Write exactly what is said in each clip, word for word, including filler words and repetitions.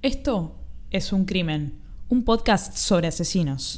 Esto es Un Crimen, un podcast sobre asesinos.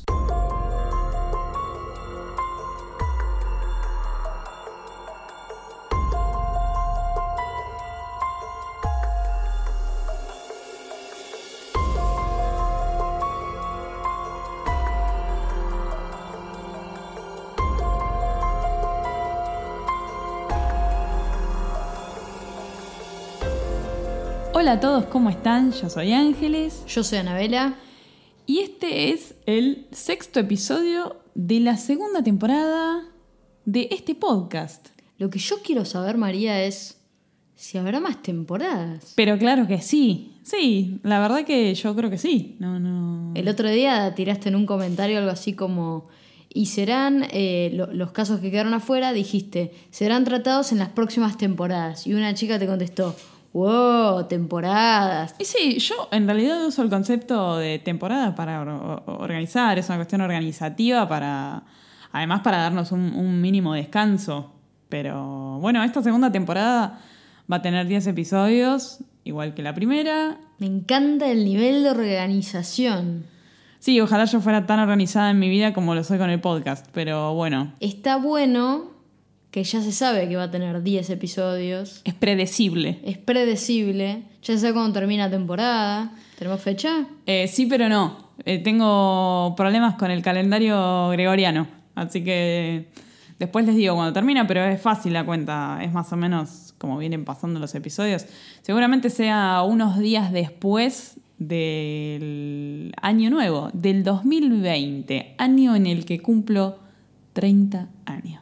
Hola a todos, ¿cómo están? Yo soy Ángeles. Yo soy Anabela. Y este es el sexto episodio de la segunda temporada de este podcast. Lo que yo quiero saber, María, es si habrá más temporadas. Pero claro que sí. Sí, la verdad que yo creo que sí. No, no. El otro día tiraste en un comentario algo así como... Y serán, eh, lo, los casos que quedaron afuera, dijiste, serán tratados en las próximas temporadas. Y una chica te contestó... ¡Wow! Temporadas. Y sí, yo en realidad uso el concepto de temporada para or- organizar, es una cuestión organizativa para, además para darnos un, un mínimo descanso. Pero bueno, esta segunda temporada va a tener diez episodios, igual que la primera. Me encanta el nivel de organización. Sí, ojalá yo fuera tan organizada en mi vida como lo soy con el podcast, pero bueno. Está bueno... que ya se sabe que va a tener diez episodios. Es predecible. Es predecible. Ya se sabe cuándo termina la temporada. ¿Tenemos fecha? Eh, sí, pero no. Eh, tengo problemas con el calendario gregoriano. Así que después les digo cuando termina, pero es fácil la cuenta. Es más o menos como vienen pasando los episodios. Seguramente sea unos días después del año nuevo, del dos mil veinte. Año en el que cumplo treinta años.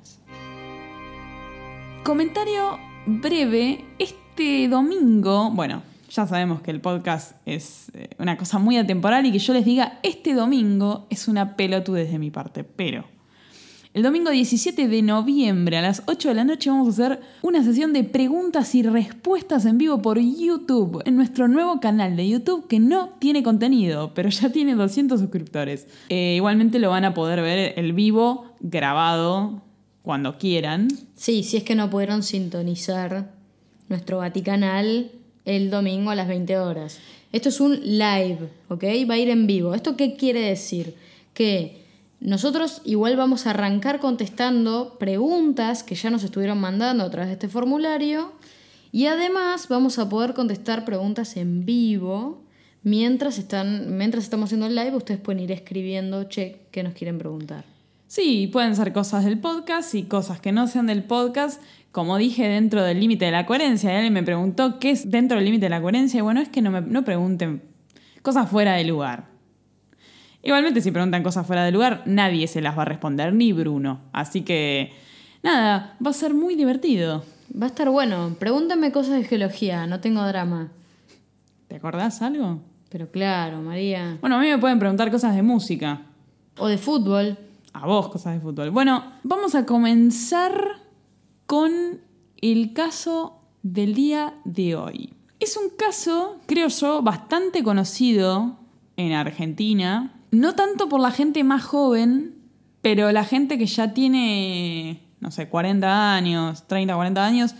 Comentario breve, este domingo, bueno, ya sabemos que el podcast es una cosa muy atemporal y que yo les diga este domingo es una pelotudez de mi parte, pero el domingo diecisiete de noviembre a las ocho de la noche vamos a hacer una sesión de preguntas y respuestas en vivo por YouTube, en nuestro nuevo canal de YouTube que no tiene contenido, pero ya tiene doscientos suscriptores. Eh, igualmente lo van a poder ver el vivo grabado cuando quieran. Sí, si es que no pudieron sintonizar nuestro Vaticanal el domingo a las veinte horas. Esto es un live, ¿ok? Va a ir en vivo. ¿Esto qué quiere decir? Que nosotros igual vamos a arrancar contestando preguntas que ya nos estuvieron mandando a través de este formulario y además vamos a poder contestar preguntas en vivo mientras, están, mientras estamos haciendo el live. Ustedes pueden ir escribiendo, che, ¿qué nos quieren preguntar? Sí, pueden ser cosas del podcast y cosas que no sean del podcast. Como dije, dentro del límite de la coherencia. Y alguien me preguntó qué es dentro del límite de la coherencia. Y bueno, es que no me no pregunten cosas fuera de lugar. Igualmente, si preguntan cosas fuera de lugar, nadie se las va a responder, ni Bruno. Así que, nada, va a ser muy divertido. Va a estar bueno. Pregúntame cosas de geología, no tengo drama. ¿Te acordás algo? Pero claro, María. Bueno, a mí me pueden preguntar cosas de música. O de fútbol. A vos, cosas de fútbol. Bueno, vamos a comenzar con el caso del día de hoy. Es un caso, creo yo, bastante conocido en Argentina. No tanto por la gente más joven, pero la gente que ya tiene, no sé, cuarenta años, treinta, cuarenta años,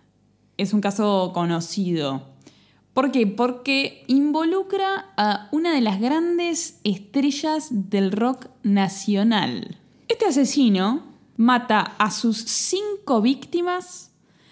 es un caso conocido. ¿Por qué? Porque involucra a una de las grandes estrellas del rock nacional. Este asesino mata a sus cinco víctimas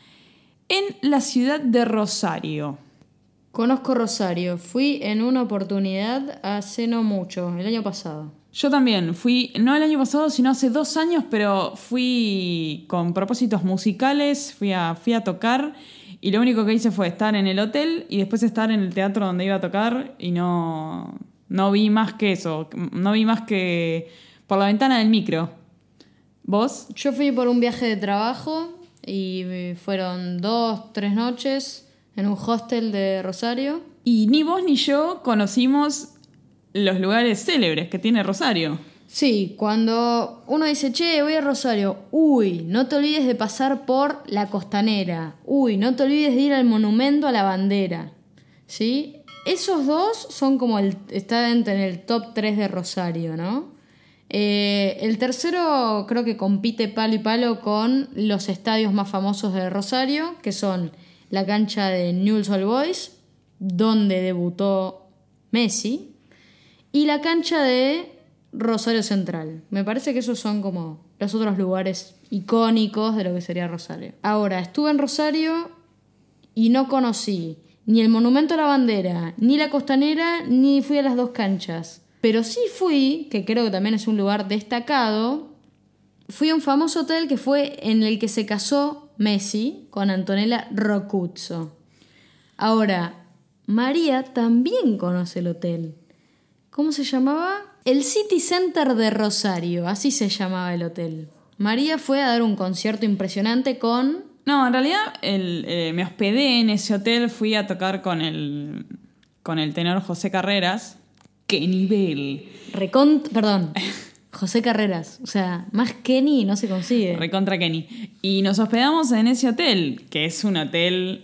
en la ciudad de Rosario. Conozco Rosario. Fui en una oportunidad hace no mucho, el año pasado. Yo también fui, no el año pasado, sino hace dos años, pero fui con propósitos musicales, fui a, fui a tocar... Y lo único que hice fue estar en el hotel y después estar en el teatro donde iba a tocar y no, no vi más que eso. No vi más que por la ventana del micro. ¿Vos? Yo fui por un viaje de trabajo y fueron dos, tres noches en un hostel de Rosario. Y ni vos ni yo conocimos los lugares célebres que tiene Rosario. Sí, cuando uno dice, che, voy a Rosario, uy, no te olvides de pasar por la Costanera, uy, no te olvides de ir al Monumento a la Bandera, ¿sí? Esos dos son como el, están en el top tres de Rosario, ¿no? Eh, el tercero creo que compite palo y palo con los estadios más famosos de Rosario, que son la cancha de Newell's Old Boys, donde debutó Messi, y la cancha de Rosario Central. Me parece que esos son como los otros lugares icónicos de lo que sería Rosario. Ahora, estuve en Rosario y no conocí ni el Monumento a la Bandera, ni la Costanera, ni fui a las dos canchas. Pero sí fui, que creo que también es un lugar destacado, fui a un famoso hotel que fue en el que se casó Messi con Antonella Roccuzzo. Ahora, María también conoce el hotel. ¿Cómo se llamaba? El City Center de Rosario, así se llamaba el hotel. María fue a dar un concierto impresionante con... No, en realidad el, eh, me hospedé en ese hotel, fui a tocar con el, con el tenor José Carreras. ¡Qué nivel! Recont... Perdón, José Carreras. O sea, más Kenny no se consigue. Recontra Kenny. Y nos hospedamos en ese hotel, que es un hotel...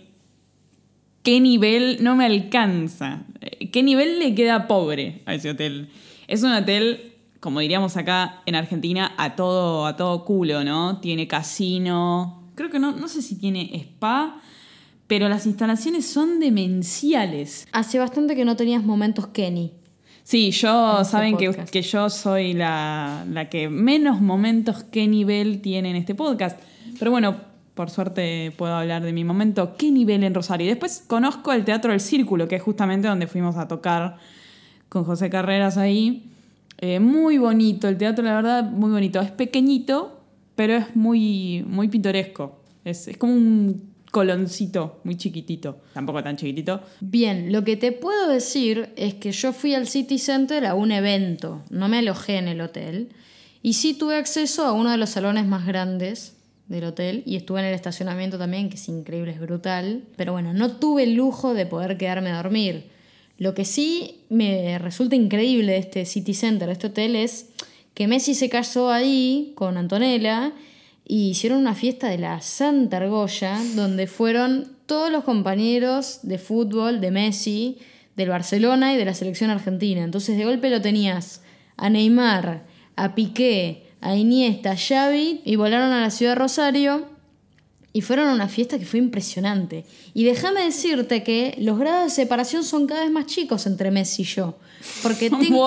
¿Qué nivel no me alcanza? ¿Qué nivel le queda pobre a ese hotel? Es un hotel, como diríamos acá en Argentina, a todo, a todo culo, ¿no? Tiene casino... Creo que no, no sé si tiene spa, pero las instalaciones son demenciales. Hace bastante que no tenías momentos Kenny. Sí, yo, en este saben que, podcast. que yo soy la, la que menos momentos qué nivel tiene en este podcast. Pero bueno, por suerte puedo hablar de mi momento qué nivel en Rosario. Y después conozco el Teatro del Círculo, que es justamente donde fuimos a tocar con José Carreras ahí. Eh, muy bonito el teatro, la verdad, muy bonito. Es pequeñito, pero es muy, muy pintoresco. Es, es como un coloncito muy chiquitito. Tampoco tan chiquitito. Bien, lo que te puedo decir es que yo fui al City Center a un evento. No me alojé en el hotel. Y sí tuve acceso a uno de los salones más grandes del hotel. Y estuve en el estacionamiento también, que es increíble, es brutal. Pero bueno, no tuve el lujo de poder quedarme a dormir. Lo que sí me resulta increíble de este City Center, de este hotel, es que Messi se casó ahí con Antonella y hicieron una fiesta de la Santa Argolla donde fueron todos los compañeros de fútbol de Messi, del Barcelona y de la selección argentina. Entonces de golpe lo tenías a Neymar, a Piqué, a Iniesta, a Xavi, y volaron a la ciudad de Rosario y fueron a una fiesta que fue impresionante. Y déjame decirte que los grados de separación son cada vez más chicos entre Messi y yo. Porque tengo...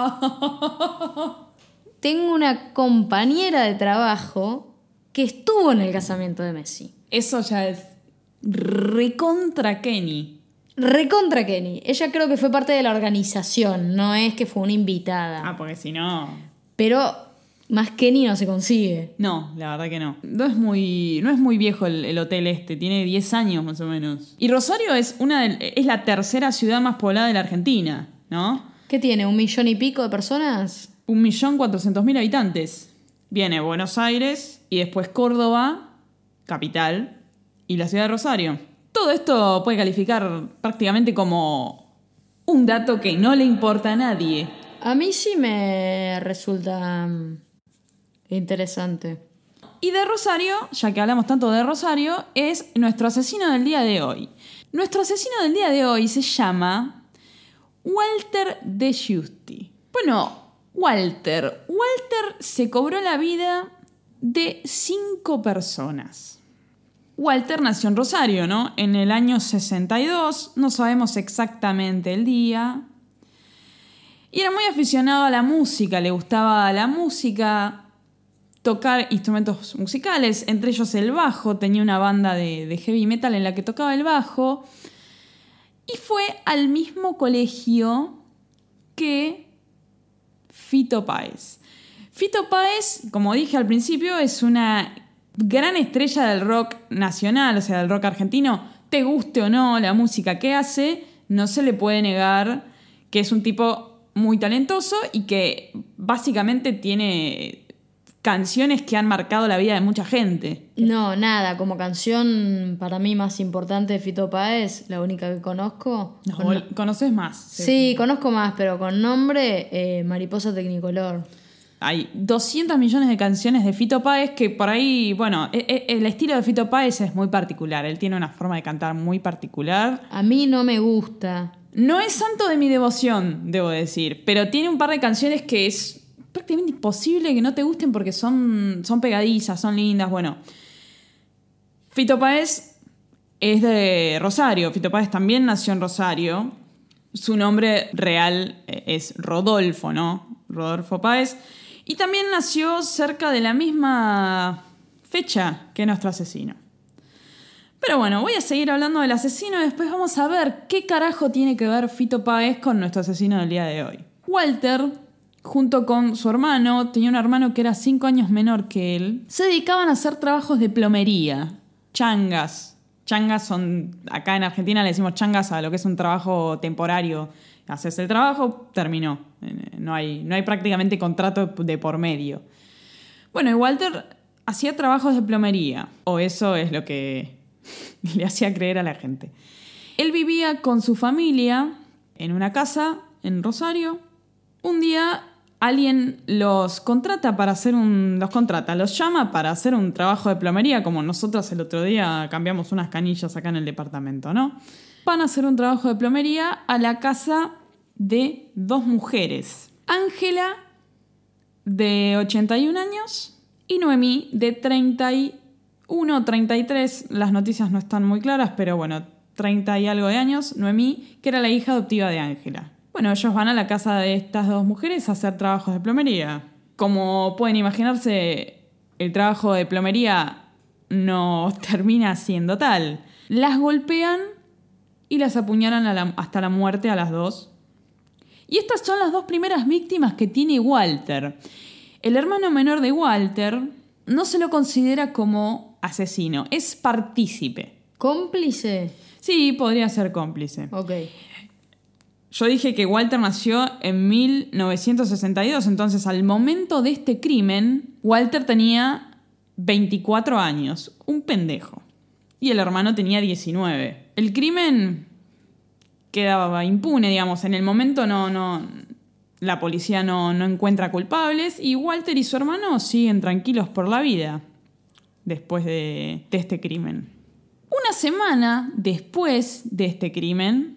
¡Wow! Tengo una compañera de trabajo que estuvo en el casamiento de Messi. Eso ya es recontra Kenny. Recontra Kenny. Ella creo que fue parte de la organización, no es que fue una invitada. Ah, porque si no... Pero más Kenny no se consigue. No, la verdad que no. No es muy, no es muy viejo el, el hotel este, tiene diez años más o menos. Y Rosario es, una de, es la tercera ciudad más poblada de la Argentina, ¿no? ¿Qué tiene? ¿Un millón y pico de personas? Un millón cuatrocientos mil habitantes. Viene Buenos Aires y después Córdoba, capital, y la ciudad de Rosario. Todo esto puede calificar prácticamente como un dato que no le importa a nadie. A mí sí me resulta um, interesante. Y de Rosario, ya que hablamos tanto de Rosario, es nuestro asesino del día de hoy. Nuestro asesino del día de hoy se llama Walter de Giusti. Bueno, Walter. Walter se cobró la vida de cinco personas. Walter nació en Rosario, ¿no? En el año sesenta y dos, no sabemos exactamente el día. Y era muy aficionado a la música, le gustaba la música, tocar instrumentos musicales, entre ellos el bajo, tenía una banda de, de heavy metal en la que tocaba el bajo. Y fue al mismo colegio que Fito Páez. Fito Páez, como dije al principio, es una gran estrella del rock nacional, o sea, del rock argentino. Te guste o no la música que hace, no se le puede negar que es un tipo muy talentoso y que básicamente tiene canciones que han marcado la vida de mucha gente. No, nada, como canción para mí más importante de Fito Páez, la única que conozco. No, con... ¿Conoces más? Sí, sí, conozco más, pero con nombre, eh, Mariposa Tecnicolor. Hay doscientos millones de canciones de Fito Páez que por ahí, bueno, el estilo de Fito Páez es muy particular. Él tiene una forma de cantar muy particular. A mí no me gusta. No es santo de mi devoción, debo decir, pero tiene un par de canciones que es prácticamente imposible que no te gusten porque son, son pegadizas, son lindas. Bueno, Fito Páez es de Rosario. Fito Páez también nació en Rosario. su nombre real es Rodolfo, ¿no? Rodolfo Páez. Y también nació cerca de la misma fecha que nuestro asesino. Pero bueno, voy a seguir hablando del asesino y después vamos a ver qué carajo tiene que ver Fito Páez con nuestro asesino del día de hoy. Walter, junto con su hermano, tenía un hermano que era cinco años menor que él, se dedicaban a hacer trabajos de plomería, changas. Changas son, acá en Argentina le decimos changas a lo que es un trabajo temporario. Haces el trabajo, terminó. No hay, no hay prácticamente contrato de por medio. Bueno, y Walter hacía trabajos de plomería, o eso es lo que le hacía creer a la gente. Él vivía con su familia en una casa en Rosario. Un día alguien los contrata para hacer un... Los contrata, los llama para hacer un trabajo de plomería, como nosotros el otro día cambiamos unas canillas acá en el departamento, ¿no? Van a hacer un trabajo de plomería a la casa de dos mujeres. Ángela, de ochenta y un años, y Noemí, de treinta y uno o treinta y tres. Las noticias no están muy claras, pero bueno, treinta y algo de años. Noemí, que era la hija adoptiva de Ángela. Bueno, ellos van a la casa de estas dos mujeres a hacer trabajos de plomería. Como pueden imaginarse, el trabajo de plomería no termina siendo tal. Las golpean y las apuñalan a la, hasta la muerte a las dos. Y estas son las dos primeras víctimas que tiene Walter. El hermano menor de Walter no se lo considera como asesino, es partícipe. ¿Cómplice? Sí, podría ser cómplice. Ok. Yo dije que Walter nació en mil novecientos sesenta y dos, entonces al momento de este crimen, Walter tenía veinticuatro años, un pendejo. Y el hermano tenía diecinueve. El crimen quedaba impune, digamos. En el momento no, no, la policía no, no encuentra culpables y Walter y su hermano siguen tranquilos por la vida después de, de este crimen. Una semana después de este crimen,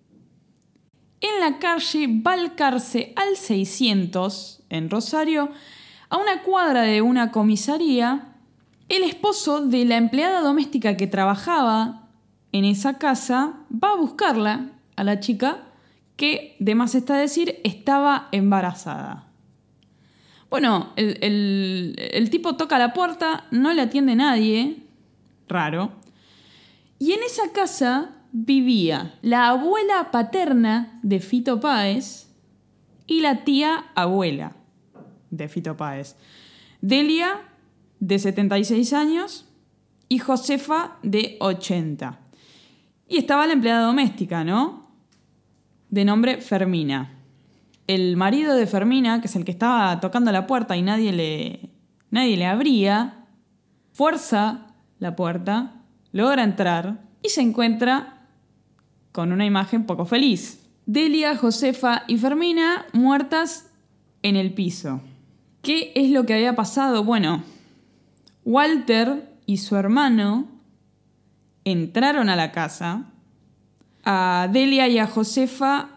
en la calle Balcarce al seiscientos, en Rosario, a una cuadra de una comisaría, el esposo de la empleada doméstica que trabajaba en esa casa va a buscarla, a la chica, que, de más está decir, estaba embarazada. Bueno, el, el, el tipo toca la puerta, no le atiende nadie, raro, y en esa casa vivía la abuela paterna de Fito Páez y la tía abuela de Fito Páez. Delia, de setenta y seis años, y Josefa, de ochenta. Y estaba la empleada doméstica, ¿no? De nombre Fermina. El marido de Fermina, que es el que estaba tocando la puerta y nadie le, nadie le abría, fuerza la puerta, logra entrar y se encuentra con una imagen poco feliz. Delia, Josefa y Fermina muertas en el piso. ¿Qué es lo que había pasado? Bueno, Walter y su hermano entraron a la casa. A Delia y a Josefa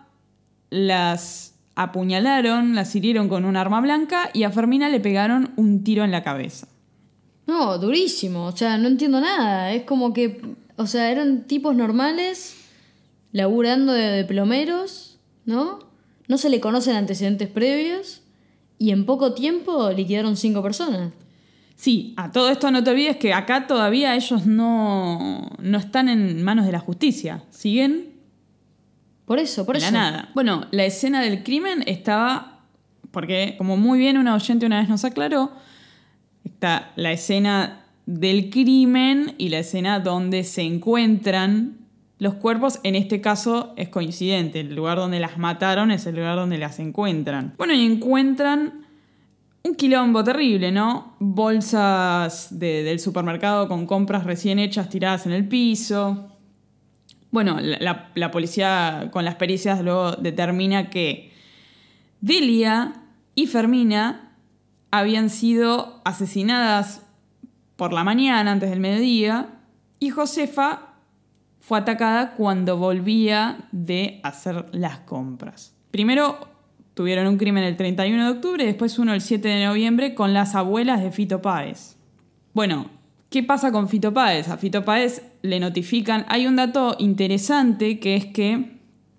las apuñalaron, las hirieron con un arma blanca y a Fermina le pegaron un tiro en la cabeza. No, durísimo. O sea, no entiendo nada. Es como que, o sea, eran tipos normales laburando de, de plomeros, ¿no? No se le conocen antecedentes previos y en poco tiempo liquidaron cinco personas. Sí, a todo esto no te olvides que acá todavía ellos no, no están en manos de la justicia. Siguen Por eso, por en eso. la nada. Bueno, la escena del crimen estaba... Porque, como muy bien una oyente una vez nos aclaró, está la escena del crimen y la escena donde se encuentran los cuerpos. En este caso es coincidente. El lugar donde las mataron es el lugar donde las encuentran. Bueno, y encuentran un quilombo terrible, ¿no? Bolsas de, del supermercado con compras recién hechas tiradas en el piso. Bueno, la, la, la policía con las pericias luego determina que Delia y Fermina habían sido asesinadas por la mañana, antes del mediodía, y Josefa fue atacada cuando volvía de hacer las compras. Primero tuvieron un crimen el treinta y uno de octubre y después uno el siete de noviembre con las abuelas de Fito Páez. Bueno, ¿qué pasa con Fito Páez? A Fito Páez le notifican... Hay un dato interesante que es que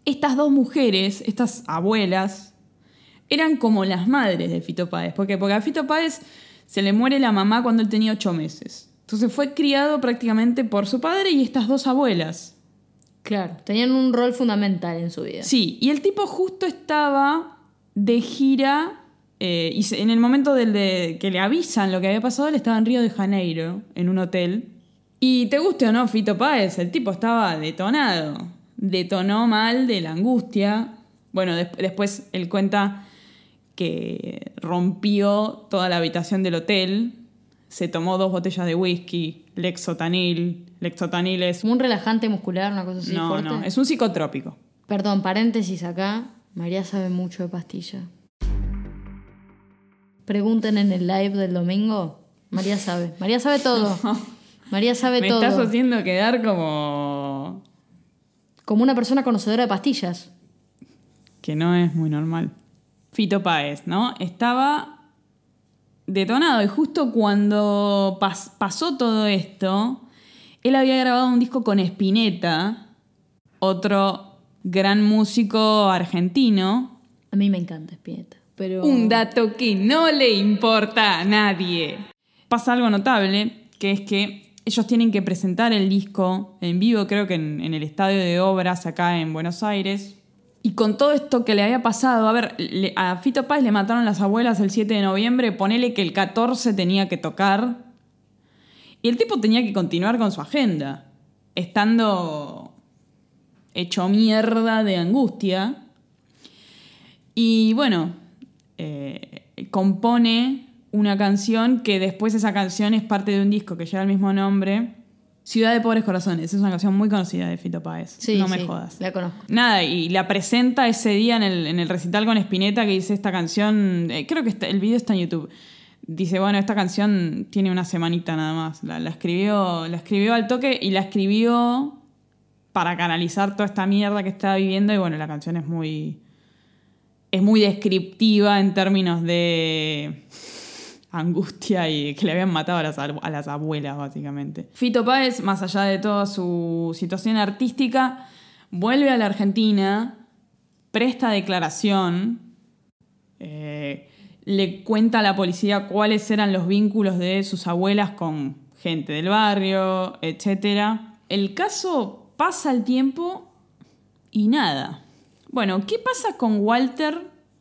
estas dos mujeres, estas abuelas, eran como las madres de Fito Páez. ¿Por qué? Porque a Fito Páez se le muere la mamá cuando él tenía ocho meses. Entonces fue criado prácticamente por su padre y estas dos abuelas. Claro, tenían un rol fundamental en su vida. Sí, y el tipo justo estaba de gira, eh, y en el momento del de, que le avisan lo que había pasado, él estaba en Río de Janeiro, en un hotel. Y te guste o no, Fito Páez, el tipo estaba detonado. Detonó mal de la angustia. Bueno, de- después él cuenta que rompió toda la habitación del hotel, se tomó dos botellas de whisky, Lexotanil. Lexotanil es... Como un relajante muscular, una cosa así No, fuerte. no, es un psicotrópico. Perdón, paréntesis acá. María sabe mucho de pastillas. Pregunten en el live del domingo. María sabe. María sabe todo. María sabe Me todo. estás haciendo quedar como... Como una persona conocedora de pastillas. que no es muy normal. Fito Páez, ¿no? Estaba detonado y justo cuando pas- pasó todo esto, él había grabado un disco con Spinetta, otro gran músico argentino. A mí me encanta Spinetta. Pero... Un dato que no le importa a nadie. Pasa algo notable, que es que ellos tienen que presentar el disco en vivo, creo que en, en el Estadio de Obras acá en Buenos Aires. Y con todo esto que le había pasado, a ver, le- a Fito Páez le mataron las abuelas el siete de noviembre, ponele que el catorce tenía que tocar. Y el tipo tenía que continuar con su agenda, estando hecho mierda de angustia. Y bueno, eh, compone una canción que después esa canción es parte de un disco que lleva el mismo nombre, Ciudad de Pobres Corazones. Es una canción muy conocida de Fito Páez. Sí, no me sí, jodas. la conozco. Nada, y la presenta ese día en el, en el recital con Spinetta, que dice esta canción, eh, creo que está- el video está en YouTube. Dice, bueno, esta canción tiene una semanita nada más. La, la escribió, la escribió al toque y la escribió para canalizar toda esta mierda que estaba viviendo. Y bueno, la canción es muy... es muy descriptiva en términos de angustia y que le habían matado a las, a las abuelas, básicamente. Fito Páez, más allá de toda su situación artística, vuelve a la Argentina, presta declaración, eh, le cuenta a la policía cuáles eran los vínculos de sus abuelas con gente del barrio, etcétera. El caso pasa el tiempo y nada. Bueno, ¿qué pasa con Walter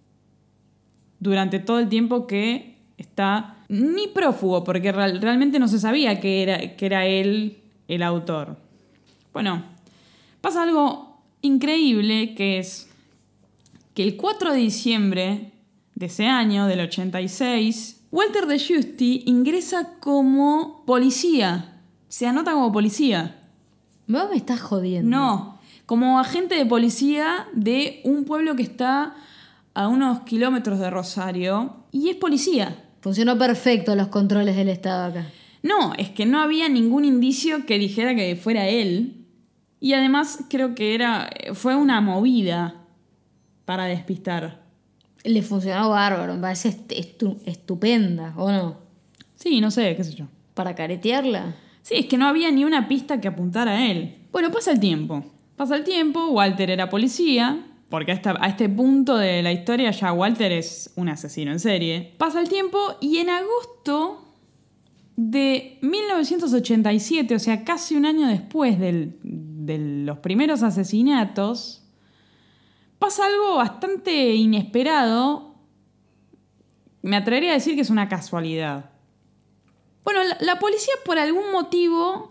durante todo el tiempo que está ni prófugo? Porque real- realmente no se sabía que era, que era él el autor. Bueno, pasa algo increíble, que es que el cuatro de diciembre de ese año, del ochenta y seis, Walter de Giusti ingresa como policía. Se anota como policía. Vos me estás jodiendo. No, como agente de policía de un pueblo que está a unos kilómetros de Rosario y es policía. Funcionó perfecto los controles del Estado acá. No, es que no había ningún indicio que dijera que fuera él. Y además creo que era fue una movida para despistar. Le funcionó bárbaro, me parece est- estu- estupenda, ¿o no? Sí, no sé, qué sé yo. Para caretearla. Sí, es que no había ni una pista que apuntara a él. Bueno, pasa el tiempo. Pasa el tiempo, Walter era policía, porque a, esta- a este punto de la historia ya Walter es un asesino en serie. Pasa el tiempo y en agosto de mil novecientos ochenta y siete, o sea, casi un año después del- de los primeros asesinatos, pasa algo bastante inesperado. Me atrevería a decir que es una casualidad. Bueno, la, la policía por algún motivo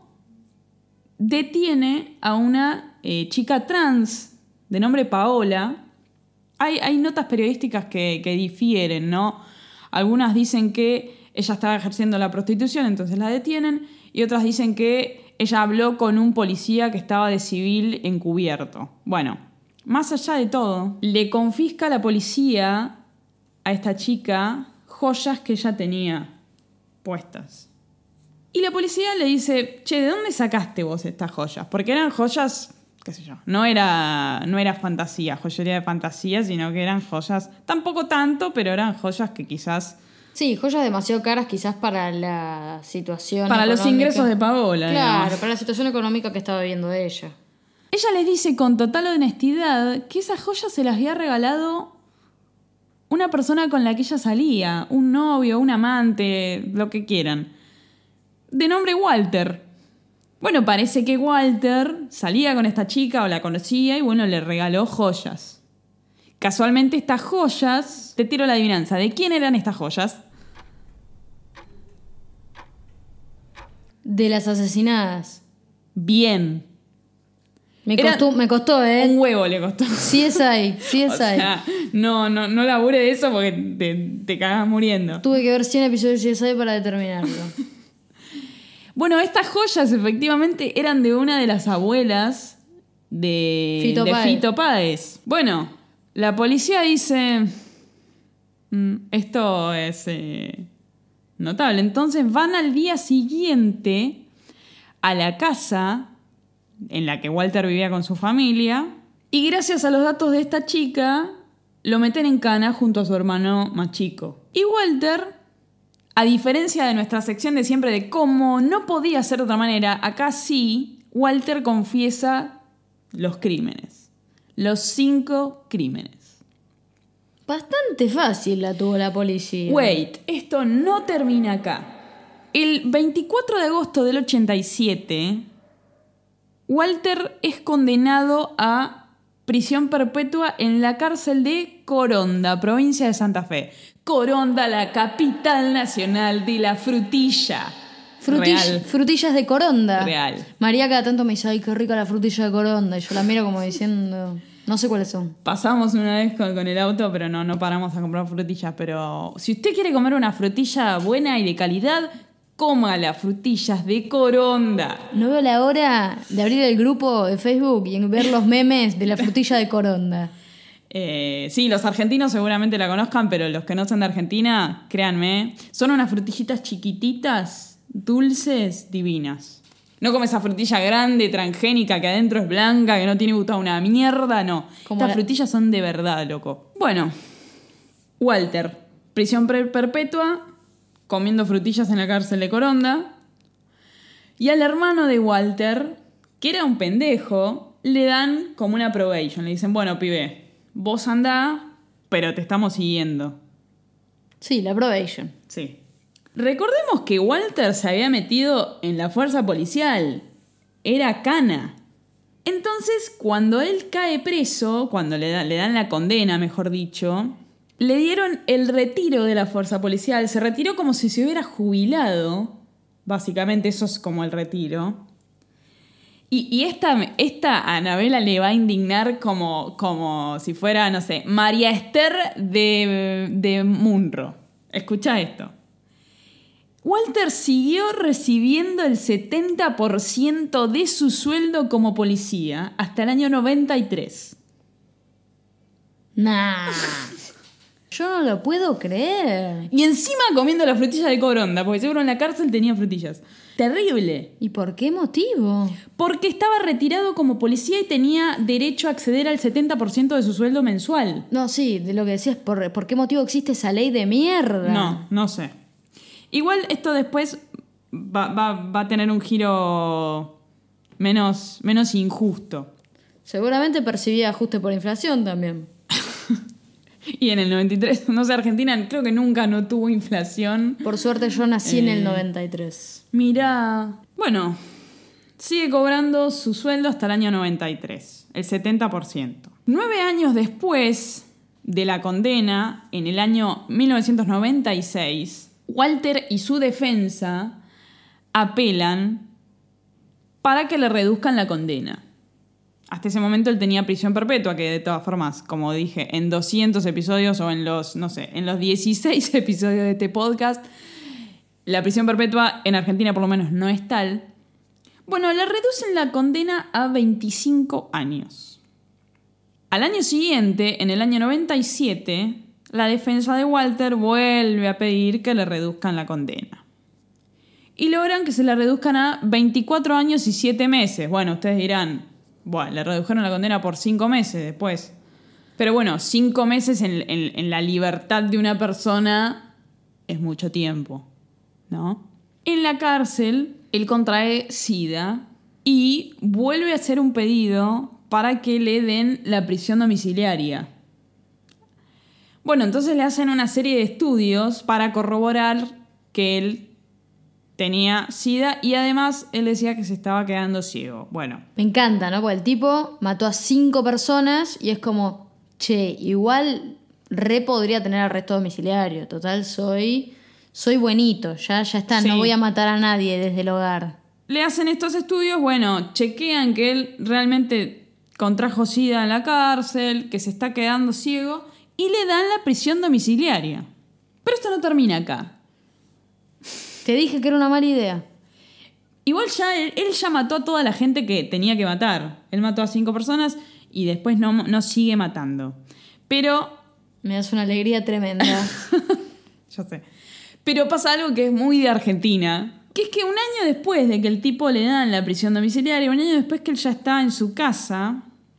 detiene a una eh, chica trans de nombre Paola. Hay, hay notas periodísticas que, que difieren, ¿no? Algunas dicen que ella estaba ejerciendo la prostitución, entonces la detienen, y otras dicen que ella habló con un policía que estaba de civil encubierto. Bueno, más allá de todo, le confisca a la policía a esta chica joyas que ella tenía puestas. Y la policía le dice, che, ¿de dónde sacaste vos estas joyas? Porque eran joyas, qué sé yo, no era, no era fantasía, joyería de fantasía, sino que eran joyas, tampoco tanto, pero eran joyas que quizás... Sí, joyas demasiado caras quizás para la situación Para los económica. ingresos de Paola. Claro, digamos. para la situación económica que estaba viviendo ella. Ella les dice con total honestidad que esas joyas se las había regalado una persona con la que ella salía, un novio, un amante, lo que quieran, de nombre Walter. Bueno, parece que Walter salía con esta chica o la conocía y bueno, le regaló joyas. Casualmente estas joyas, te tiro la adivinanza, ¿de quién eran estas joyas? De las asesinadas. Bien. Me Era costó, me costó, ¿eh? Un huevo le costó. Sí es ahí, sí es O ahí. sea, no, no, no labure de eso porque te, te cagas muriendo. Tuve que ver cien episodios de C S I para determinarlo. Bueno, estas joyas efectivamente eran de una de las abuelas de Fito de Páez. Fito Páez. Bueno, la policía dice... "Mm, esto es eh, notable". Entonces van al día siguiente a la casa en la que Walter vivía con su familia y gracias a los datos de esta chica lo meten en cana junto a su hermano más chico. Y Walter, a diferencia de nuestra sección de siempre de cómo no podía ser de otra manera, acá sí, Walter confiesa los crímenes. Los cinco crímenes. Bastante fácil la tuvo la policía. Wait, esto no termina acá. El veinticuatro de agosto del ochenta y siete, Walter es condenado a prisión perpetua en la cárcel de Coronda, provincia de Santa Fe. Coronda, la capital nacional de la frutilla. Frutill- Real. Frutillas de Coronda. Real. María cada tanto me dice, ay, qué rica la frutilla de Coronda. Y yo la miro como diciendo, no sé cuáles son. Pasamos una vez con, con el auto, pero no, no paramos a comprar frutillas. Pero si usted quiere comer una frutilla buena y de calidad, coma las frutillas de Coronda. No veo la hora de abrir el grupo de Facebook y ver los memes de la frutilla de Coronda. Eh, sí, los argentinos seguramente la conozcan, pero los que no son de Argentina, créanme, son unas frutillitas chiquititas, dulces, divinas. No como esa frutilla grande, transgénica, que adentro es blanca, que no tiene gustado una mierda, no. Como Estas la- frutillas son de verdad, loco. Bueno, Walter, prisión pre- perpetua, comiendo frutillas en la cárcel de Coronda. Y al hermano de Walter, que era un pendejo, le dan como una probation. Le dicen, bueno, pibe, vos andá, pero te estamos siguiendo. Sí, la probation. Sí. Recordemos que Walter se había metido en la fuerza policial. Era cana. Entonces, cuando él cae preso, cuando le, da- le dan la condena, mejor dicho, le dieron el retiro de la fuerza policial. Se retiró como si se hubiera jubilado. Básicamente eso es como el retiro. Y, y esta, esta a Anabela le va a indignar como, como si fuera, no sé, María Esther de, de Munro. Escucha esto. Walter siguió recibiendo el setenta por ciento de su sueldo como policía hasta el año noventa y tres. Nah. Yo no lo puedo creer. Y encima comiendo la frutilla de Coronda, porque seguro en la cárcel tenía frutillas. Terrible. ¿Y por qué motivo? Porque estaba retirado como policía y tenía derecho a acceder al setenta por ciento de su sueldo mensual. No, sí, de lo que decías, ¿por, ¿por qué motivo existe esa ley de mierda? No, no sé. Igual esto después va, va, va a tener un giro menos, menos injusto. Seguramente percibía ajuste por inflación también. Y en el noventa y tres, no sé, Argentina creo que nunca no tuvo inflación. Por suerte yo nací en Eh. el noventa y tres. Mirá, bueno, sigue cobrando su sueldo hasta el año noventa y tres, el setenta por ciento. Nueve años después de la condena, en el año mil novecientos noventa y seis, Walter y su defensa apelan para que le reduzcan la condena. Hasta ese momento él tenía prisión perpetua, que de todas formas, como dije, en doscientos episodios o en los, no sé, en los dieciséis episodios de este podcast, la prisión perpetua en Argentina por lo menos no es tal. Bueno, le reducen la condena a veinticinco años. Al año siguiente, en el año noventa y siete, la defensa de Walter vuelve a pedir que le reduzcan la condena. Y logran que se la reduzcan a veinticuatro años y siete meses. Bueno, ustedes dirán, bueno, le redujeron la condena por cinco meses después. Pero bueno, cinco meses en, en, en la libertad de una persona es mucho tiempo, ¿no? En la cárcel, él contrae SIDA y vuelve a hacer un pedido para que le den la prisión domiciliaria. Bueno, entonces le hacen una serie de estudios para corroborar que él tenía SIDA y además él decía que se estaba quedando ciego. Bueno. Me encanta, ¿no? Porque el tipo mató a cinco personas y es como, che, igual re podría tener arresto domiciliario. Total, soy, soy buenito, ya, ya está, sí. No voy a matar a nadie desde el hogar. Le hacen estos estudios, bueno, chequean que él realmente contrajo SIDA en la cárcel, que se está quedando ciego y le dan la prisión domiciliaria. Pero esto no termina acá. Te dije que era una mala idea. Igual ya él, él ya mató a toda la gente que tenía que matar. Él mató a cinco personas y después no, no sigue matando. Pero... Me das una alegría tremenda. Ya sé. Pero pasa algo que es muy de Argentina, que es que un año después de que el tipo le dan la prisión domiciliaria, un año después que él ya está en su casa,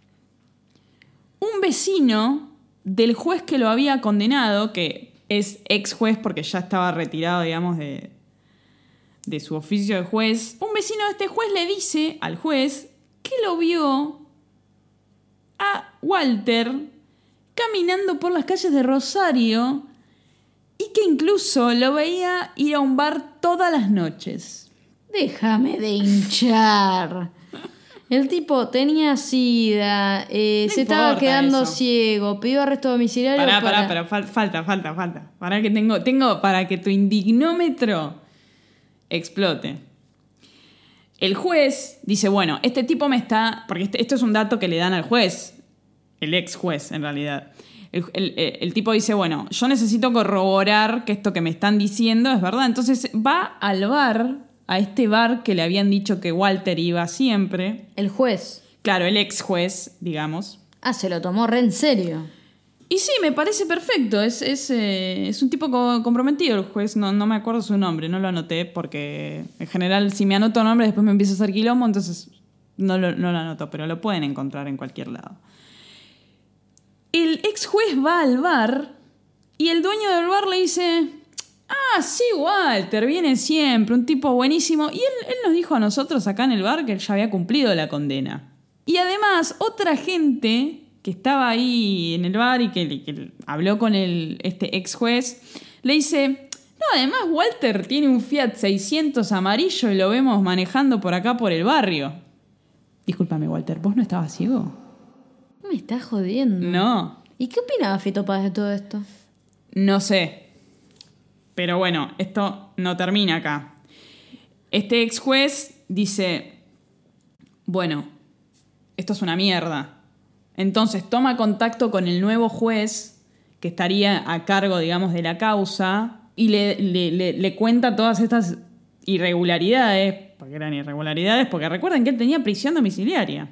un vecino del juez que lo había condenado, que es ex juez porque ya estaba retirado, digamos, de, de su oficio de juez, un vecino de este juez le dice al juez que lo vio a Walter caminando por las calles de Rosario y que incluso lo veía ir a un bar todas las noches. Déjame de hinchar. El tipo tenía SIDA, eh, no se estaba quedando eso. ciego, pidió arresto domiciliario. Pará, para... pará, pará, falta, falta, falta. Para que tengo, tengo, para que tu indignómetro explote. El juez dice, bueno, este tipo me está... Porque este, esto es un dato que le dan al juez, el ex juez en realidad. El, el, el tipo dice, bueno, yo necesito corroborar que esto que me están diciendo es verdad. Entonces va al bar... a este bar que le habían dicho que Walter iba siempre. El juez. Claro, el ex juez, digamos. Ah, se lo tomó re en serio. Y sí, me parece perfecto. Es, es, eh, es un tipo co- comprometido el juez. No, no me acuerdo su nombre, no lo anoté porque en general si me anoto nombre después me empiezo a hacer quilombo, entonces no lo, no lo anoto, pero lo pueden encontrar en cualquier lado. El ex juez va al bar y el dueño del bar le dice... Ah, sí, Walter, viene siempre, un tipo buenísimo. Y él, él nos dijo a nosotros acá en el bar que él ya había cumplido la condena. Y además, otra gente que estaba ahí en el bar y que, que habló con el, este ex juez, le dice... No, además Walter tiene un Fiat seiscientos amarillo y lo vemos manejando por acá por el barrio. Discúlpame, Walter, ¿vos no estabas ciego? Me estás jodiendo. No. ¿Y qué opinaba Fito Páez de todo esto? No sé. Pero bueno, esto no termina acá. Este ex juez dice, bueno, esto es una mierda. Entonces toma contacto con el nuevo juez que estaría a cargo, digamos, de la causa y le, le, le, le cuenta todas estas irregularidades, porque eran irregularidades, porque recuerden que él tenía prisión domiciliaria.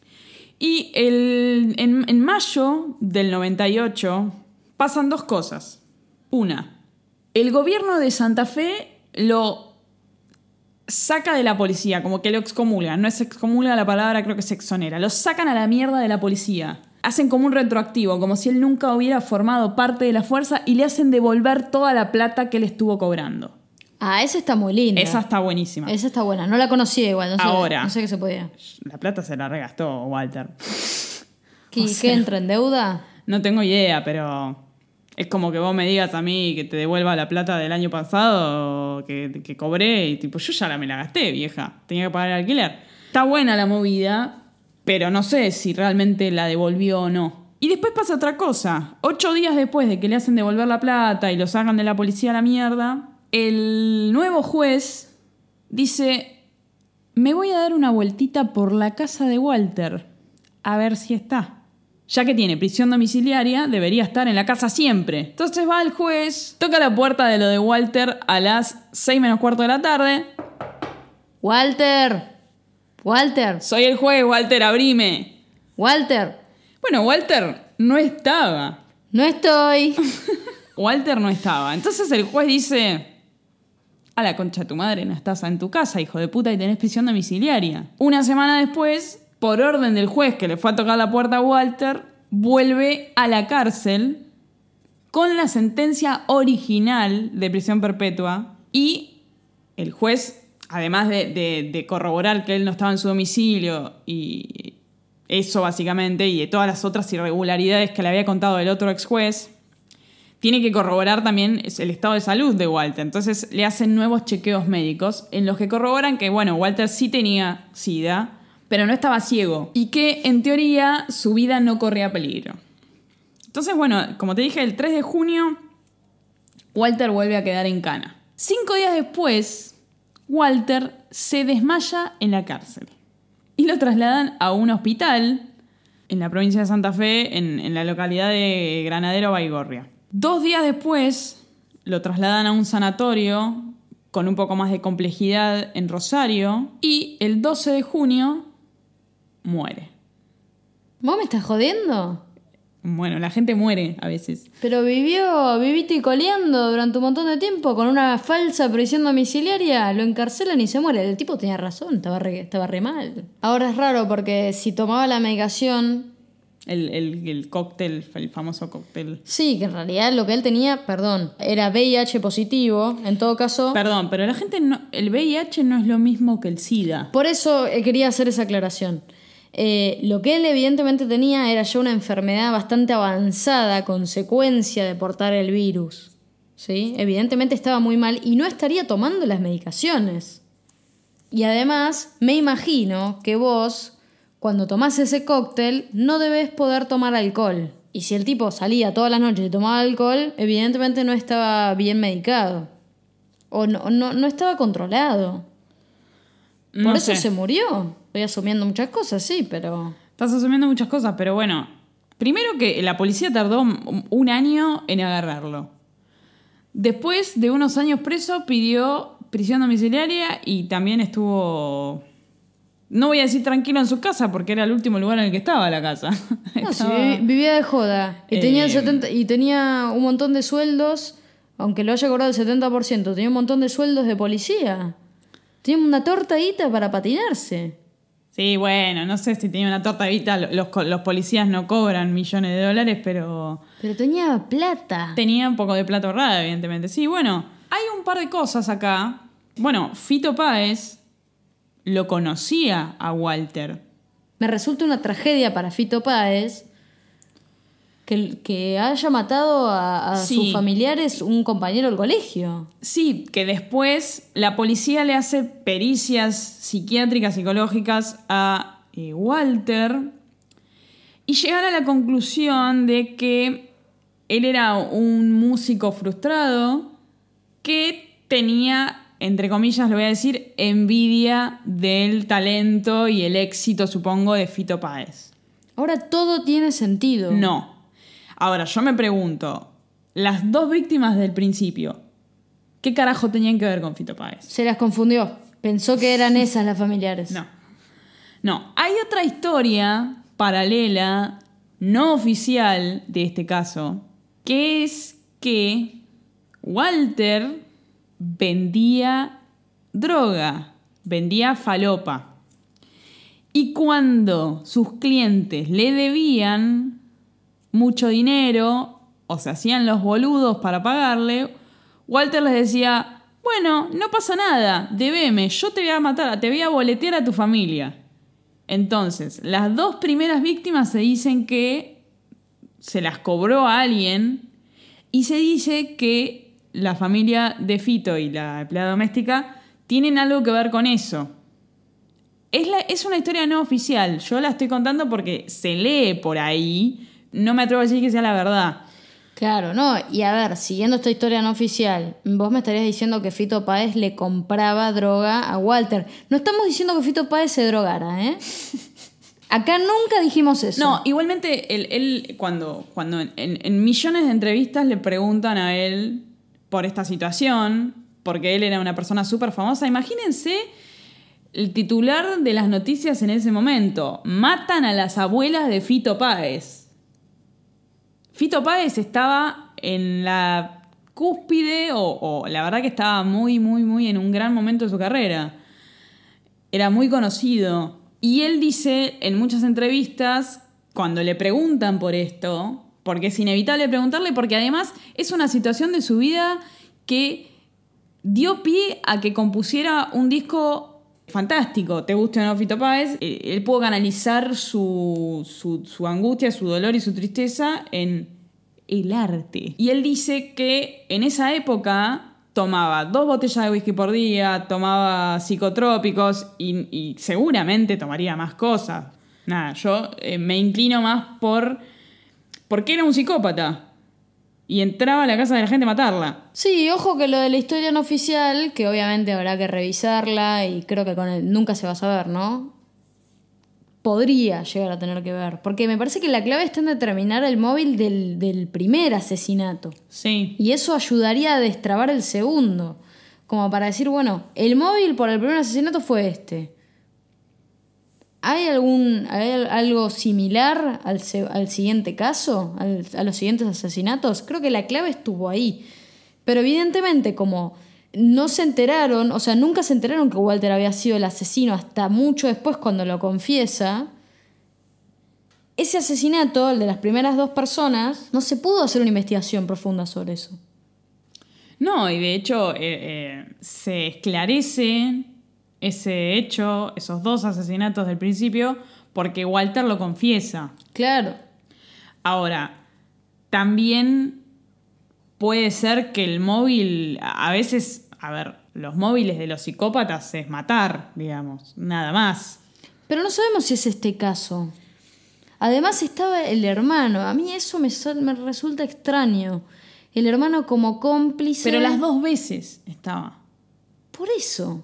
Y el, en, en mayo del noventa y ocho pasan dos cosas. Una... El gobierno de Santa Fe lo saca de la policía, como que lo excomulga. No es excomulga la palabra, creo que se exonera. Lo sacan a la mierda de la policía. Hacen como un retroactivo, como si él nunca hubiera formado parte de la fuerza y le hacen devolver toda la plata que él estuvo cobrando. Ah, esa está muy linda. Esa está buenísima. Esa está buena. No la conocía igual. No sé, Ahora, no sé qué se podía. La plata se la regastó Walter. ¿Qué, O sea, ¿qué entra en deuda? No tengo idea, pero... Es como que vos me digas a mí que te devuelva la plata del año pasado que, que cobré y tipo, yo ya la me la gasté, vieja. Tenía que pagar el alquiler. Está buena la movida, pero no sé si realmente la devolvió o no. Y después pasa otra cosa. Ocho días después de que le hacen devolver la plata y lo sacan de la policía a la mierda, el nuevo juez dice, me voy a dar una vueltita por la casa de Walter a ver si está. Ya que tiene prisión domiciliaria, debería estar en la casa siempre. Entonces va el juez, toca la puerta de lo de Walter a las seis menos cuarto de la tarde. Walter, Walter. Soy el juez, Walter, abrime. Walter. Bueno, Walter no estaba. No estoy. Walter no estaba. Entonces el juez dice, a la concha de tu madre, no estás en tu casa, hijo de puta, y tenés prisión domiciliaria. Una semana después... Por orden del juez que le fue a tocar la puerta a Walter, vuelve a la cárcel con la sentencia original de prisión perpetua y el juez además de, de, de corroborar que él no estaba en su domicilio y eso básicamente, y de todas las otras irregularidades que le había contado el otro ex juez, tiene que corroborar también el estado de salud de Walter. Entonces le hacen nuevos chequeos médicos en los que corroboran que, bueno, Walter sí tenía SIDA, pero no estaba ciego y que, en teoría, su vida no corría peligro. Entonces, bueno, como te dije, el tres de junio, Walter vuelve a quedar en cana. Cinco días después, Walter se desmaya en la cárcel y lo trasladan a un hospital en la provincia de Santa Fe, en, en la localidad de Granadero Baigorria. Dos días después, lo trasladan a un sanatorio con un poco más de complejidad en Rosario y el doce de junio muere. ¿Vos me estás jodiendo? Bueno, la gente muere a veces. Pero vivió vivito y coleando durante un montón de tiempo con una falsa prisión domiciliaria, lo encarcelan y se muere. El tipo tenía razón, estaba re, estaba re mal. Ahora es raro porque si tomaba la medicación... El, el, el cóctel, el famoso cóctel. Sí, que en realidad lo que él tenía, perdón, era V I H positivo, en todo caso... Perdón, pero la gente no... El V I H no es lo mismo que el SIDA. Por eso eh, quería hacer esa aclaración. Eh, lo que él evidentemente tenía era ya una enfermedad bastante avanzada a consecuencia de portar el virus, ¿sí? Evidentemente estaba muy mal y no estaría tomando las medicaciones. Y además, me imagino que vos, cuando tomás ese cóctel, no debés poder tomar alcohol. Y si el tipo salía todas las noches y tomaba alcohol, evidentemente no estaba bien medicado. O no, no, no estaba controlado. Por No eso sé. se murió. Estoy asumiendo muchas cosas, sí, pero... Estás asumiendo muchas cosas, pero bueno. Primero que la policía tardó un año en agarrarlo. Después de unos años preso, pidió prisión domiciliaria y también estuvo... No voy a decir tranquilo en su casa, porque era el último lugar en el que estaba la casa. No, Estaba- sí, vi- vivía de joda. Y, Eh, tenía el setenta, y tenía un montón de sueldos, aunque lo haya cobrado el setenta por ciento, tenía un montón de sueldos de policía. Tenía una tortadita para patinarse. Sí, bueno, no sé si tenía una torta evita, los, los policías no cobran millones de dólares, pero Pero tenía plata. tenía un poco de plata ahorrada, evidentemente. Sí, bueno, hay un par de cosas acá. Bueno, Fito Páez lo conocía a Walter. Me resulta una tragedia para Fito Páez que, que haya matado a, a Sí. sus familiares un compañero del colegio. Sí, que después la policía le hace pericias psiquiátricas, psicológicas a eh, Walter y llegar a la conclusión de que él era un músico frustrado que tenía, entre comillas lo voy a decir, envidia del talento y el éxito, supongo, de Fito Páez. Ahora todo tiene sentido. No. Ahora, yo me pregunto, las dos víctimas del principio, ¿qué carajo tenían que ver con Fito Páez? Se las confundió. Pensó que eran esas las familiares. No. No. Hay otra historia paralela, no oficial de este caso, que es que Walter vendía droga, vendía falopa. Y cuando sus clientes le debían mucho dinero o se hacían los boludos para pagarle, Walter les decía, bueno, no pasa nada, debeme, yo te voy a matar, te voy a boletear a tu familia. Entonces, las dos primeras víctimas se dicen que se las cobró a alguien y se dice que la familia de Fito y la empleada doméstica tienen algo que ver con eso. Es, la, es una historia no oficial, yo la estoy contando porque se lee por ahí. No me atrevo a decir que sea la verdad. Claro, no. Y a ver, siguiendo esta historia no oficial, vos me estarías diciendo que Fito Páez le compraba droga a Walter. No estamos diciendo que Fito Páez se drogara, ¿eh? Acá nunca dijimos eso. No, igualmente, él, él cuando, cuando en, en millones de entrevistas le preguntan a él por esta situación, porque él era una persona súper famosa, imagínense el titular de las noticias en ese momento. Matan a las abuelas de Fito Páez. Fito Páez estaba en la cúspide o, o la verdad que estaba muy, muy, muy en un gran momento de su carrera. Era muy conocido. Y él dice en muchas entrevistas, cuando le preguntan por esto, porque es inevitable preguntarle, porque además es una situación de su vida que dio pie a que compusiera un disco fantástico. Te guste o no Fito Páez, él pudo canalizar su, su, su angustia, su dolor y su tristeza en el arte. Y él dice que en esa época tomaba dos botellas de whisky por día, tomaba psicotrópicos y, y seguramente tomaría más cosas. Nada, yo eh, me inclino más por... porque era un psicópata y entraba a la casa de la gente a matarla. Sí, ojo que lo de la historia no oficial, que obviamente habrá que revisarla y creo que con él nunca se va a saber, ¿no? Podría llegar a tener que ver. Porque me parece que la clave está en determinar el móvil del, del primer asesinato. Sí. Y eso ayudaría a destrabar el segundo. Como para decir, bueno, el móvil por el primer asesinato fue este. ¿Hay algún hay algo similar al, se, al siguiente caso? Al, ¿A los siguientes asesinatos? Creo que la clave estuvo ahí. Pero evidentemente como no se enteraron, o sea, nunca se enteraron que Walter había sido el asesino hasta mucho después cuando lo confiesa. Ese asesinato, el de las primeras dos personas, no se pudo hacer una investigación profunda sobre eso. No, y de hecho eh, eh, se esclarece ese hecho, esos dos asesinatos del principio, porque Walter lo confiesa. Claro. Ahora, también puede ser que el móvil, a veces, a ver, los móviles de los psicópatas es matar, digamos, nada más. Pero no sabemos si es este caso. Además estaba el hermano. A mí eso me, me resulta extraño. El hermano como cómplice. Pero las dos veces estaba. Por eso.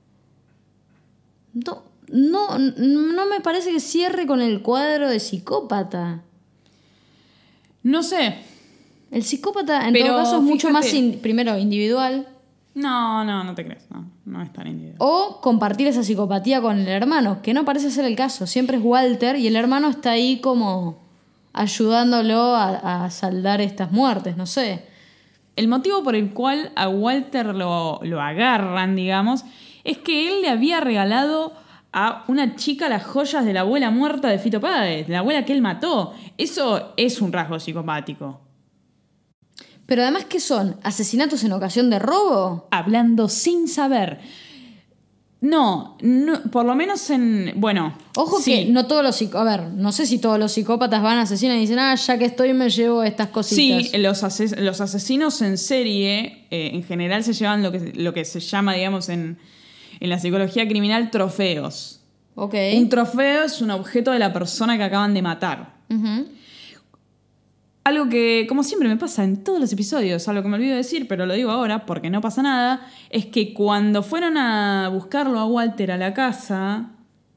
No, no, no me parece que cierre con el cuadro de psicópata. No sé. El psicópata en Pero todo caso es mucho fíjate, más, in, primero, individual. No, no, no te crees. No, no es tan individual. O compartir esa psicopatía con el hermano, que no parece ser el caso. Siempre es Walter y el hermano está ahí como ayudándolo a, a saldar estas muertes, no sé. El motivo por el cual a Walter lo, lo agarran, digamos, es que él le había regalado a una chica las joyas de la abuela muerta de Fito Páez, la abuela que él mató. Eso es un rasgo psicopático. Pero además, ¿qué son? ¿Asesinatos en ocasión de robo? Hablando sin saber. No, no por lo menos en... Bueno, ojo sí. que no todos los psicópatas... A ver, no sé si todos los psicópatas van a asesinar y dicen, ah, ya que estoy me llevo estas cositas. Sí, los, ases- los asesinos en serie eh, en general se llevan lo que, lo que se llama, digamos, en, en la psicología criminal, trofeos. Ok. Un trofeo es un objeto de la persona que acaban de matar. Uh-huh. Algo que, como siempre me pasa en todos los episodios, algo que me olvido decir, pero lo digo ahora porque no pasa nada, es que cuando fueron a buscarlo a Walter a la casa,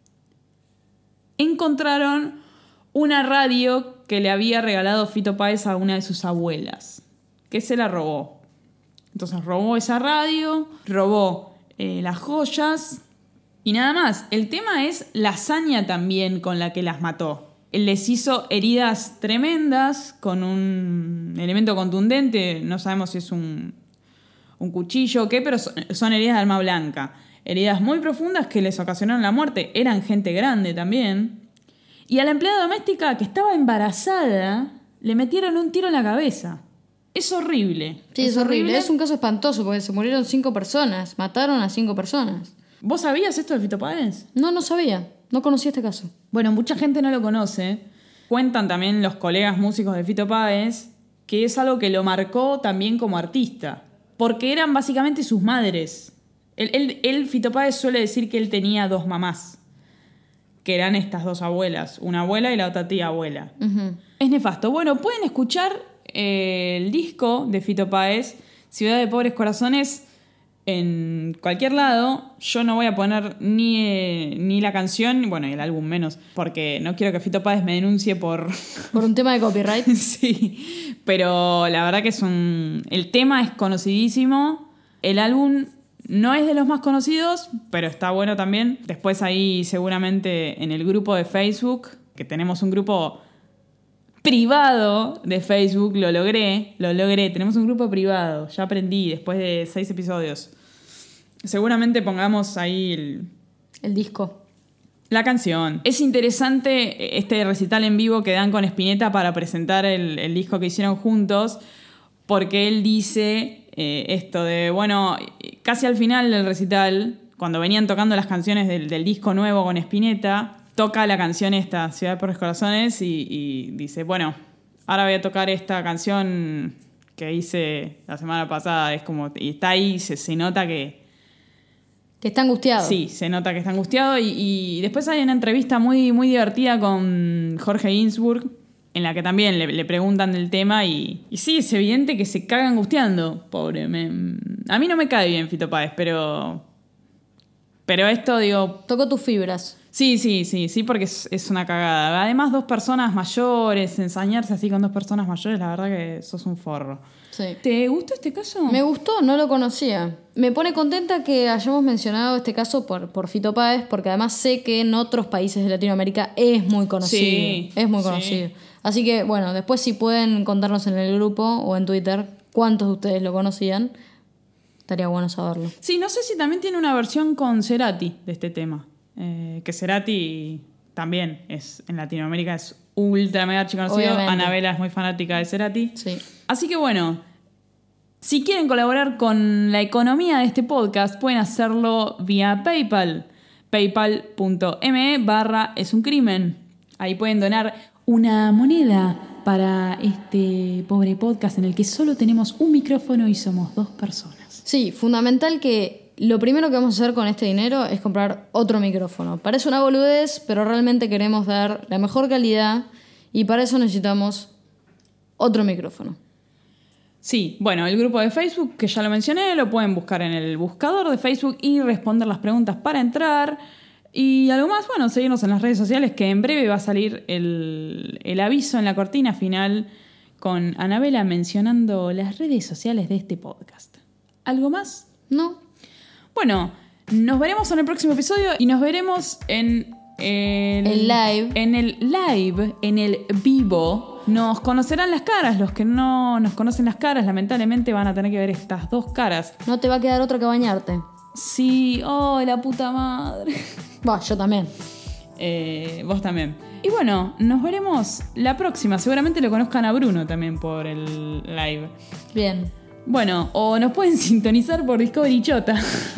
encontraron una radio que le había regalado Fito Páez a una de sus abuelas, que se la robó. Entonces robó esa radio, robó eh, las joyas y nada más. El tema es la hazaña también con la que las mató. Les hizo heridas tremendas con un elemento contundente, no sabemos si es un, un cuchillo o qué, pero son, son heridas de arma blanca. Heridas muy profundas que les ocasionaron la muerte. Eran gente grande también. Y a la empleada doméstica que estaba embarazada le metieron un tiro en la cabeza. Es horrible. Sí, es, es horrible. horrible. Es un caso espantoso porque se murieron cinco personas. Mataron a cinco personas. ¿Vos sabías esto de Fito Páez? No, no sabía. No conocía este caso. Bueno, mucha gente no lo conoce. Cuentan también los colegas músicos de Fito Páez que es algo que lo marcó también como artista. Porque eran básicamente sus madres. Él, él, él, Fito Páez, suele decir que él tenía dos mamás. Que eran estas dos abuelas. Una abuela y la otra tía abuela. Uh-huh. Es nefasto. Bueno, pueden escuchar eh, el disco de Fito Páez, Ciudad de Pobres Corazones, en cualquier lado. Yo no voy a poner ni, eh, ni la canción, bueno, y el álbum menos, porque no quiero que Fito Páez me denuncie por... ¿Por un tema de copyright? Sí, pero la verdad que es un... El tema es conocidísimo, el álbum no es de los más conocidos, pero está bueno también. Después ahí seguramente en el grupo de Facebook, que tenemos un grupo privado de Facebook, lo logré, lo logré. Tenemos un grupo privado, ya aprendí después de seis episodios. Seguramente pongamos ahí el... El disco. La canción. Es interesante este recital en vivo que dan con Spinetta para presentar el, el disco que hicieron juntos, porque él dice eh, esto de, bueno, casi al final del recital, cuando venían tocando las canciones del, del disco nuevo con Spinetta, toca la canción esta, Ciudad por los Corazones, y, y dice, bueno, ahora voy a tocar esta canción que hice la semana pasada. Es como, y está ahí, se, se nota que... Que está angustiado. Sí, se nota que está angustiado. Y, y después hay una entrevista muy, muy divertida con Jorge Ginsburg, en la que también le, le preguntan del tema. Y, y sí, es evidente que se caga angustiando, pobre. Me, a mí no me cae bien Fito Páez, pero... Pero esto, digo... Tocó tus fibras. Sí, sí, sí, sí, porque es, es una cagada. Además, dos personas mayores, ensañarse así con dos personas mayores, la verdad que sos un forro. Sí. ¿Te gustó este caso? Me gustó, no lo conocía. Me pone contenta que hayamos mencionado este caso por, por Fito Páez, porque además sé que en otros países de Latinoamérica es muy conocido. Sí, es muy sí. conocido. Así que, bueno, después si pueden contarnos en el grupo o en Twitter cuántos de ustedes lo conocían, estaría bueno saberlo. Sí, no sé si también tiene una versión con Cerati de este tema. Eh, que Cerati también es en Latinoamérica es ultra mega conocido. Obviamente. Anabela es muy fanática de Cerati. Sí. Así que bueno, si quieren colaborar con la economía de este podcast, pueden hacerlo vía PayPal. Paypal.me barra es un crimen. Ahí pueden donar una moneda para este pobre podcast en el que solo tenemos un micrófono y somos dos personas. Sí, fundamental que lo primero que vamos a hacer con este dinero es comprar otro micrófono. Parece una boludez, pero realmente queremos dar la mejor calidad y para eso necesitamos otro micrófono. Sí, bueno, el grupo de Facebook, que ya lo mencioné, lo pueden buscar en el buscador de Facebook y responder las preguntas para entrar. Y algo más, bueno, seguirnos en las redes sociales, que en breve va a salir el, el aviso en la cortina final con Anabela mencionando las redes sociales de este podcast. ¿Algo más? No. Bueno, nos veremos en el próximo episodio y nos veremos en el, el live. En el live, en el vivo. Nos conocerán las caras. Los que no nos conocen las caras, lamentablemente van a tener que ver estas dos caras. No te va a quedar otra que bañarte. Sí, oh, la puta madre. Bah, yo también. Eh, vos también. Y bueno, nos veremos la próxima. Seguramente lo conozcan a Bruno también por el live. Bien. Bueno, o nos pueden sintonizar por Discovery Chota.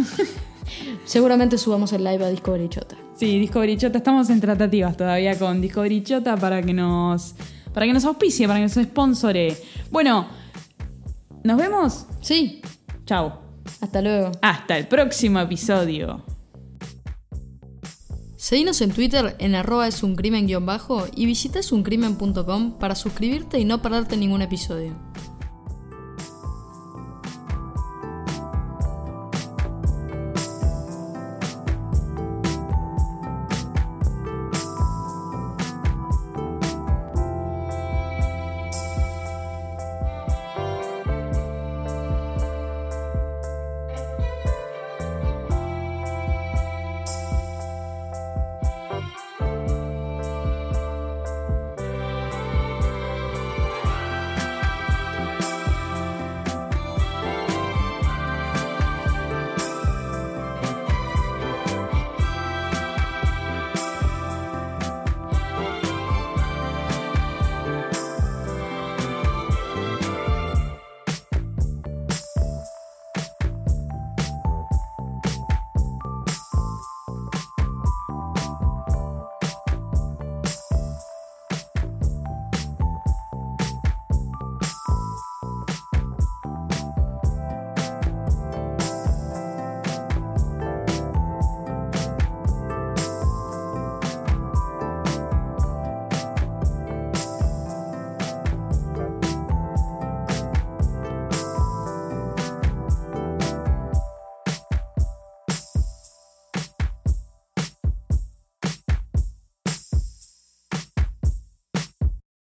Seguramente subamos el live a Discovery Chota. Sí, Discovery Chota. Estamos en tratativas todavía con Discovery Chota para que nos, para que nos auspicie, para que nos sponsore. Bueno, ¿nos vemos? Sí. Chao. Hasta luego. Hasta el próximo episodio. Seguinos en Twitter en arroba es un crimen guión bajo y visita es un crimen punto com para suscribirte y no perderte ningún episodio.